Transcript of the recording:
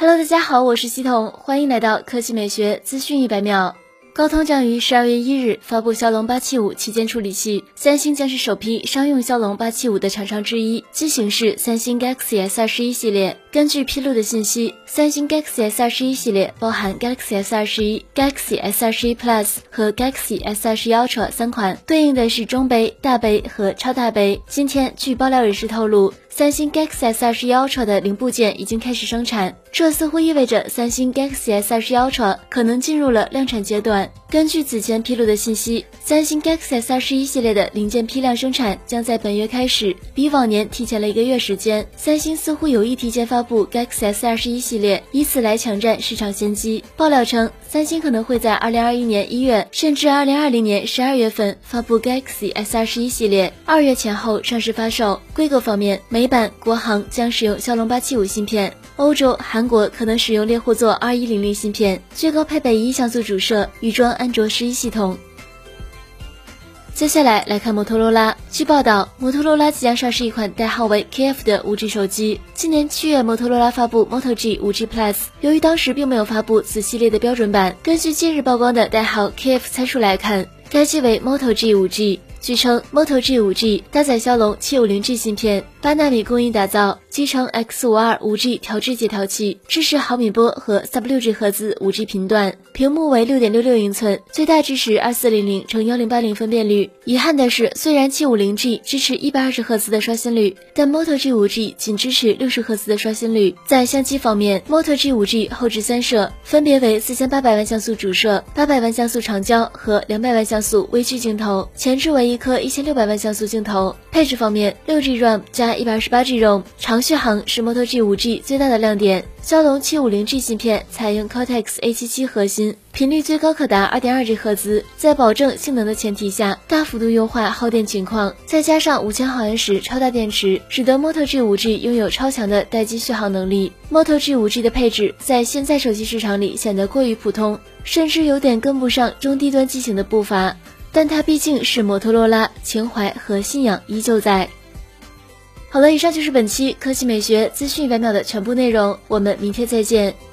Hello， 大家好，我是西彤，欢迎来到科技美学资讯100秒。高通将于12月1日发布骁龙875旗舰处理器，三星将是首批商用骁龙875的厂商之一，机型是三星 Galaxy S21 系列。根据披露的信息，三星 Galaxy S21 系列包含 Galaxy S21、Galaxy S21 Plus 和 Galaxy S21 Ultra 3款，对应的是中杯、大杯和超大杯。今天，据爆料人士透露，三星 Galaxy S21 Ultra 的零部件已经开始生产，这似乎意味着三星 Galaxy S21 Ultra 可能进入了量产阶段。根据此前披露的信息，三星 Galaxy S21 系列的零件批量生产将在本月开始，比往年提前了1个月时间。三星似乎有意提前发布 Galaxy S21 系列，以此来抢占市场先机。爆料称，三星可能会在2021年1月甚至2020年12月份发布 Galaxy S21 系列，2月前后上市发售。规格方面，美版、国行将使用骁龙875芯片，欧洲、韩国可能使用猎户座2100芯片，最高配备1像素主摄，预装安卓11系统。接下来看摩托罗拉。据报道，摩托罗拉即将上市一款代号为 KF 的5G 手机。今年7月，摩托罗拉发布 Moto G 5G Plus， 由于当时并没有发布此系列的标准版，根据近日曝光的代号 KF 参数来看，该机为 Moto G 5G。据称 Moto G 5G 搭载骁龙 750G 芯片，8纳米工艺打造，集成 X52 5G 调制解调器，支持毫米波和 sub6 赫兹 5G 频段，屏幕为 6.66 英寸，最大支持 2400×1080 分辨率。遗憾的是，虽然 750G 支持120赫兹的刷新率，但 Moto G 5G 仅支持60赫兹的刷新率。在相机方面， Moto G 5G 后置3摄，分别为4800万像素主摄、800万像素长焦和200万像素微距镜头，前置为一颗1600万像素镜头。配置方面， 6G RAM 加 128G ROM， 长续航是 Moto G 5G 最大的亮点。骁龙 750G 芯片采用 Cortex A77 核心，频率最高可达 2.2G 赫兹，在保证性能的前提下，大幅度优化耗电情况，再加上5000毫安时超大电池，使得 Moto G 5G 拥有超强的待机续航能力。Moto G 5G 的配置在现在手机市场里显得过于普通，甚至有点跟不上中低端机型的步伐，但它毕竟是摩托罗拉，情怀和信仰依旧在。好了，以上就是本期科技美学资讯100秒的全部内容，我们明天再见。